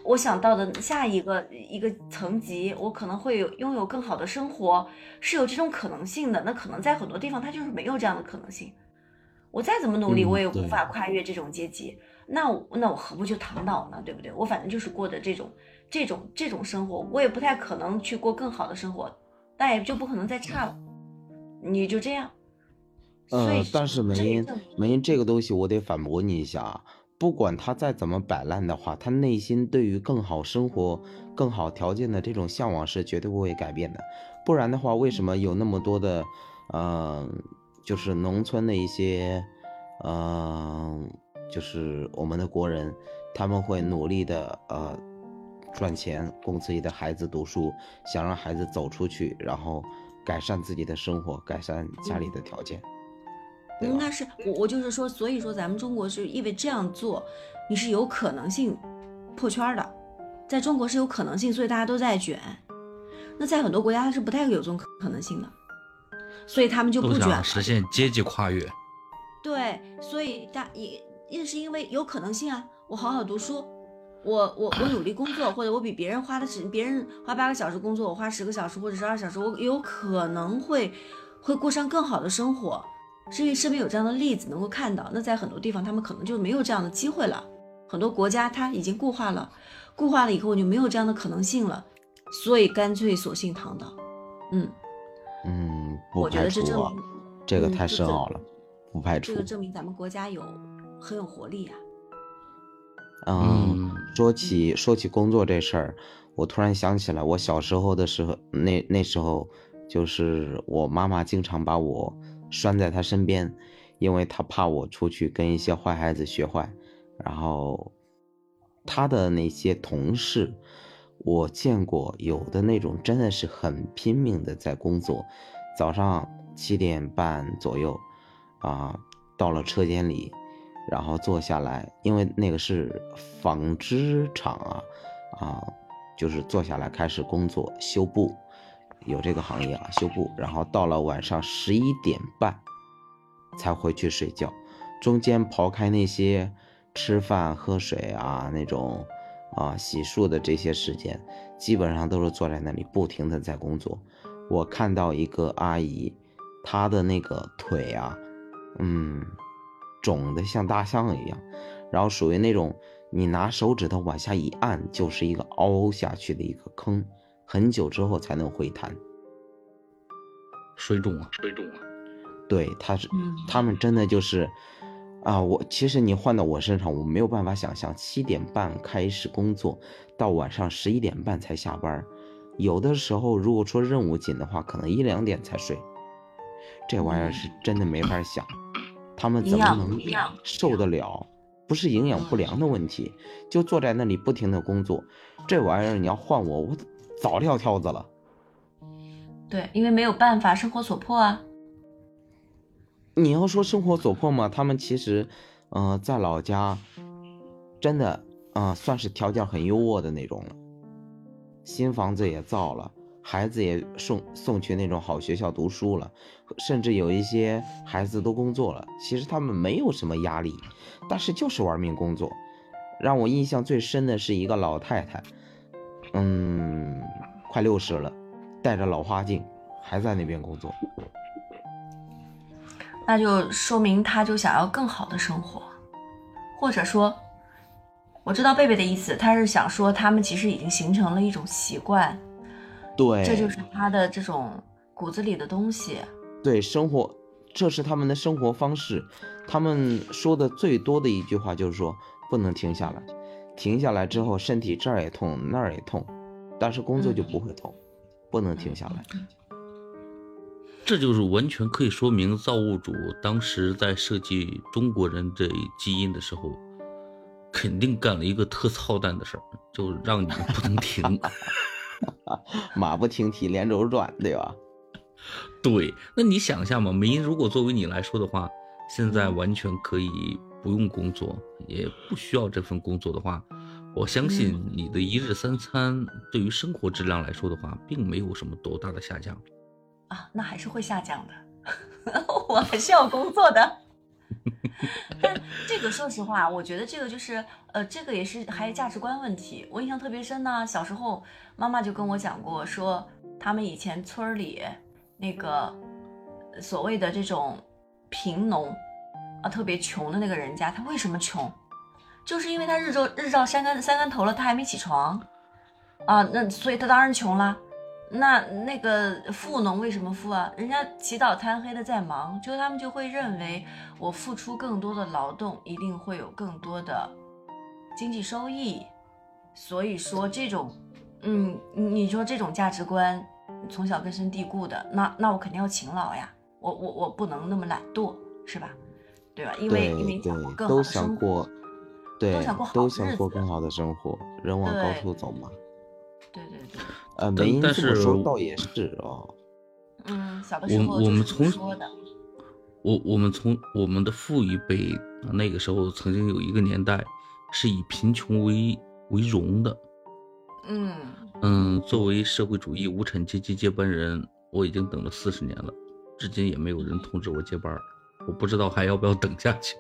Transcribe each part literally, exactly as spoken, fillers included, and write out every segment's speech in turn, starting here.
我想到的下一个一个层级，我可能会有拥有更好的生活，是有这种可能性的。那可能在很多地方它就是没有这样的可能性。我再怎么努力，我嗯， 也无对。 法跨越这种阶级。那我那我何不就躺倒呢？对不对？我反正就是过的这种这种这种生活，我也不太可能去过更好的生活，但也就不可能再差了。你就这样，所以呃，但是梅英， 这也证梅英这个东西我得反驳你一下啊。不管他再怎么摆烂的话，他内心对于更好生活、更好条件的这种向往是绝对不会改变的。不然的话，为什么有那么多的，呃，就是农村的一些，呃，就是我们的国人，他们会努力的呃赚钱，供自己的孩子读书，想让孩子走出去，然后改善自己的生活，改善家里的条件。对嗯， 吧？ 那是我我就是说，所以说咱们中国是因为这样做，你是有可能性破圈的，在中国是有可能性，所以大家都在卷。那在很多国家它是不太有这种可能性的，所以他们就都不卷了。 想实现阶级跨越。 对，所以大也也是因为有可能性啊，我好好读书，我我我努力工作，或者我比别人花的时，别人花八个小时工作，我花十个小时或者十二小时，我有可能会会过上更好的生活，是因为身边有这样的例子能够看到。那在很多地方，他们可能就没有这样的机会了，很多国家它已经固化了，固化了以后就没有这样的可能性了，所以干脆索性躺倒。嗯， 嗯，不我觉排除啊， 得这证明，嗯， 这个太这这深奥了，不排除。 这个证明咱们国家有很有活力呀、 嗯， 嗯， 说起说起工作这事儿，我突然想起来，我小时候的时候，那那时候就是我妈妈经常把我拴在她身边，因为她怕我出去跟一些坏孩子学坏。然后她的那些同事，我见过有的那种真的是很拼命的在工作，早上七点半左右，啊，到了车间里。然后坐下来，因为那个是纺织厂啊，啊，就是坐下来开始工作修布，有这个行业啊，修布。然后到了晚上十一点半才回去睡觉，中间刨开那些吃饭喝水啊那种啊洗漱的这些时间，基本上都是坐在那里不停的在工作。我看到一个阿姨，她的那个腿啊，嗯。肿得像大象一样，然后属于那种你拿手指头往下一按就是一个凹下去的一个坑，很久之后才能回弹。 水肿啊，水肿啊。 对，他是嗯， 他们真的就是啊，我其实你换到我身上，我没有办法想象七点半开始工作，到晚上十一点半才下班，有的时候如果说任务紧的话，可能一两点才睡，这玩意儿是真的没法想。他们营养怎么能营养受得了？不是营养不良的问题，就坐在那里不停的工作，这玩意儿你要换我，我早撂挑子了。 对，因为没有办法，生活所迫啊。 你要说生活所迫嘛，他们其实，呃，在老家，真的啊、呃算是条件很优渥的那种了，新房子也造了，孩子也送送去那种好学校读书了，甚至有一些孩子都工作了。其实他们没有什么压力，但是就是玩命工作。让我印象最深的是一个老太太，嗯，快六十了，戴着老花镜，还在那边工作。 那就说明他就想要更好的生活，或者说，我知道贝贝的意思，他是想说他们其实已经形成了一种习惯， 对， 这就是他的这种骨子里的东西。 对，生活，这是他们的生活方式。他们说的最多的一句话就是说，不能停下来，停下来之后身体这儿也痛那儿也痛，但是工作就不会痛，不能停下来。 这就是完全可以说明造物主当时在设计中国人这基因的时候，肯定干了一个特操蛋的事儿，就让你们不能停。 马不停蹄连轴转，对吧？ 对，那你想一下嘛，梅英如果作为你来说的话，现在完全可以不用工作，也不需要这份工作的话，我相信你的一日三餐对于生活质量来说的话，并没有什么多大的下降啊，那还是会下降的，我还是要工作的。 但这个说实话，我觉得这个就是呃，这个也是还有价值观问题。我印象特别深呢，小时候妈妈就跟我讲过，说他们以前村里那个所谓的这种贫农啊，特别穷的那个人家，他为什么穷？就是因为他日照日照三竿三竿头了，他还没起床啊，那所以他当然穷了。那那个富农为什么富啊？人家起早贪黑的在忙，就他们就会认为我付出更多的劳动，一定会有更多的经济收益。所以说这种，嗯，你说这种价值观从小根深蒂固的，那那我肯定要勤劳呀，我我我不能那么懒惰，是吧？对吧？因为因为对想过对，都更好的生想过， 活， 对， 都想过好都日子。 想过更好的生活，人往高对处走嘛。 对对对， 呃，梅但英但是这么说倒也是哦。 嗯，小的时我候就是这么我们从说的。 我我们从我们的父一辈啊，那个时候曾经有一个年代是以贫穷为为荣的。 嗯， 嗯，作为社会主义无产阶级接班人，我已经等了四十年了，至今也没有人通知我接班，我不知道还要不要等下去。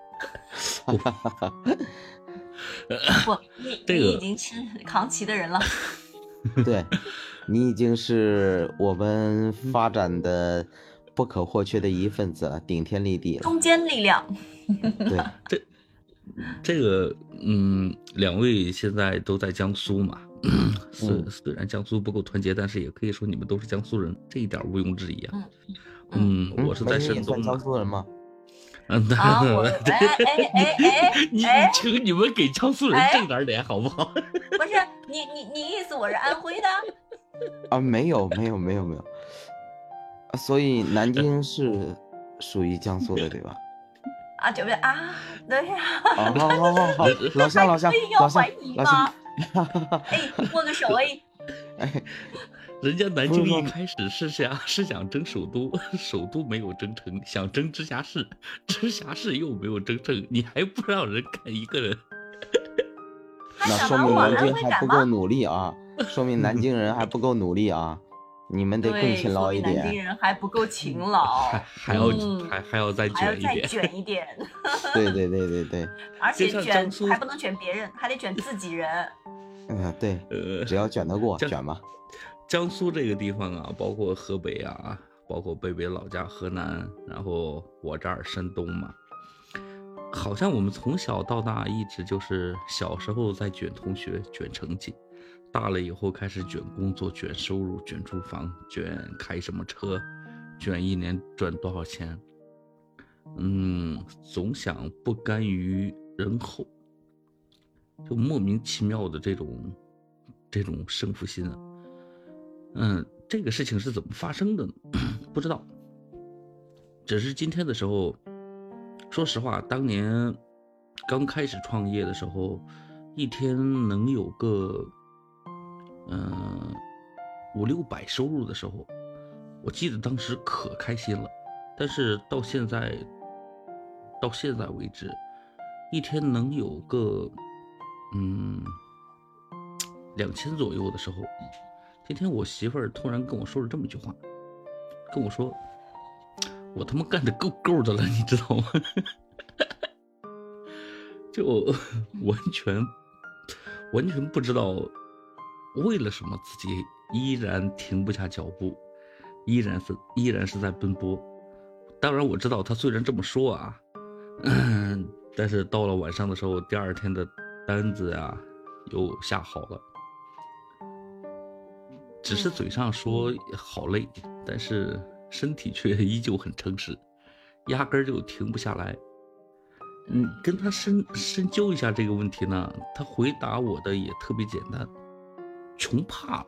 不，你这个你已经是扛旗的人了。 对，你已经是我们发展的不可或缺的一份子了，顶天立地了。 中坚力量。 对， 这这个，嗯，两位现在都在江苏嘛？虽嗯虽然江苏不够团结，但是也可以说你们都是江苏人，这一点毋庸置疑啊。 嗯嗯， 嗯我是在梅英也算山东嘛。 江苏人吗？ 嗯， 啊，我哎哎哎哎你哎， 请你们给江苏人哎正点脸好不好？ 不是你你你意思我是安徽的？ 啊，没有没有没有没有，啊所以南京是属于江苏的对吧？ 啊，对不对啊？对呀、 啊，好好好好，老乡老乡可以要老乡怀疑老乡， 吗？哎，握个手哎。 哎， 人家南不是说京一开始是想是想争首都，首都没有争成，想争直辖市，直辖市又没有争成，你还不让人干一个人？ 他那说想拿我安明南京徽感吗？ 还不够努力啊，说明南京人还不够努力啊，你们得更对， 勤说劳一点。 明南京人还不够勤劳还，还要、 嗯还还要再还要再卷一点。 卷一点， 对对对对对， 而且就像卷江苏还不能卷别人，还得卷自己人。 嗯对， 呃， 只要卷得过江卷吧。 江苏这个地方啊，包括河北啊，包括北北老家河南，然后我这儿山东嘛，好像我们从小到大一直就是小时候在卷同学、卷成绩，大了以后开始卷工作、卷收入、卷住房、卷开什么车、卷一年赚多少钱。嗯，总想不甘于人后，就莫名其妙的这种这种胜负心啊。嗯，这个事情是怎么发生的呢？不知道。只是今天的时候，说实话，当年刚开始创业的时候，一天能有个嗯、呃、五六百收入的时候，我记得当时可开心了。但是到现在，到现在为止，一天能有个嗯两千左右的时候。今天我媳妇儿突然跟我说了这么一句话，跟我说：“我他妈干的够够的了，你知道吗？”就完全完全不知道为了什么自己依然停不下脚步，依然是依然是在奔波。当然我知道他虽然这么说啊，嗯，但是到了晚上的时候，第二天的单子啊又下好了。只是嘴上说好累，但是身体却依旧很诚实，压根儿就停不下来。嗯，跟他深深究一下这个问题呢，他回答我的也特别简单，穷怕了。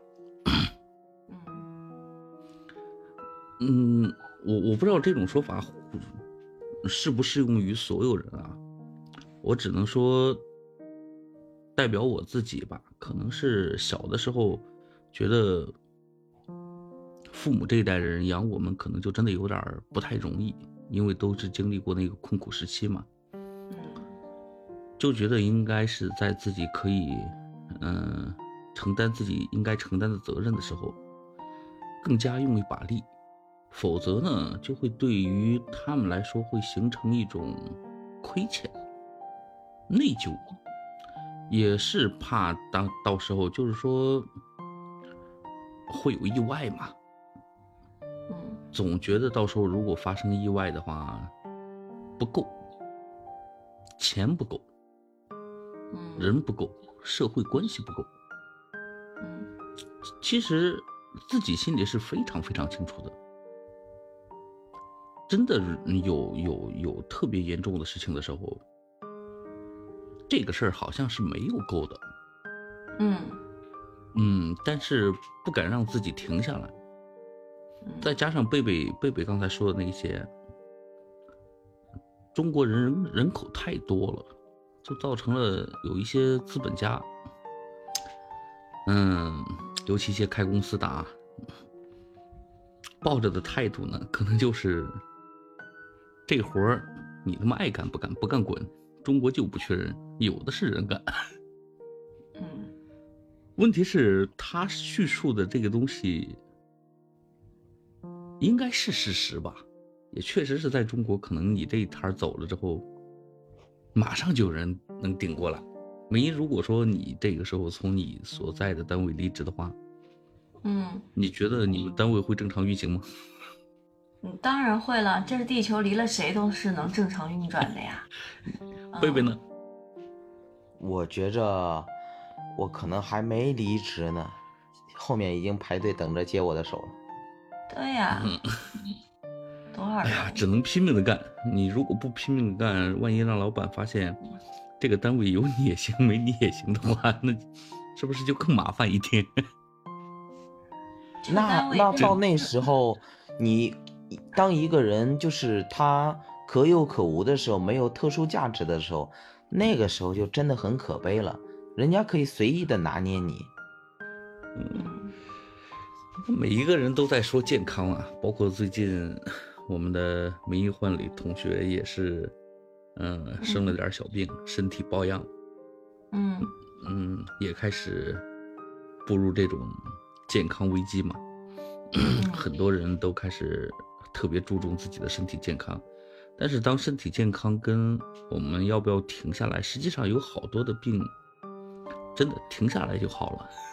嗯，我我不知道这种说法适不适用于所有人啊，我只能说代表我自己吧，可能是小的时候觉得父母这一代人养我们可能就真的有点不太容易，因为都是经历过那个困苦时期嘛，就觉得应该是在自己可以嗯、呃、承担自己应该承担的责任的时候更加用一把力，否则呢就会对于他们来说会形成一种亏欠、内疚，也是怕当到时候就是说会有意外嘛。 嗯， 总觉得到时候如果发生意外的话不够，钱不够， 嗯， 人不够，社会关系不够。 嗯， 其实自己心里是非常非常清楚的，真的有有有特别严重的事情的时候，这个事儿好像是没有够的。 嗯， 嗯，但是不敢让自己停下来。再加上贝贝贝贝刚才说的那些，中国人人口太多了，就造成了有一些资本家，嗯，尤其一些开公司的啊，抱着的态度呢，可能就是这活儿你他妈爱干不干，不干滚，中国就不缺人，有的是人干。 嗯， 问题是他叙述的这个东西应该是事实吧，也确实是在中国，可能你这一摊走了之后，马上就有人能顶过来。万一如果说你这个时候从你所在的单位离职的话， 嗯， 你觉得你们单位会正常运行吗？ 嗯，当然会了，这是地球，离了谁都是能正常运转的呀。 贝贝呢？ 我觉着我可能还没离职呢，后面已经排队等着接我的手了。 对呀， 嗯， 多少哎呀， 人？ 只能拼命的干。你如果不拼命的干，万一让老板发现这个单位有你也行，没你也行的话，那是不是就更麻烦一点？ 这个那单位真那到那时候，你当一个人就是他可有可无的时候，没有特殊价值的时候，那个时候就真的很可悲了。人家可以随意的拿捏你。 嗯，每一个人都在说健康啊，包括最近我们的梅姨焕里同学也是，嗯，生了点小病，身体抱恙， 嗯嗯，也开始步入这种健康危机嘛。很多人都开始特别注重自己的身体健康，但是当身体健康跟我们要不要停下来，实际上有好多的病真的停下来就好了。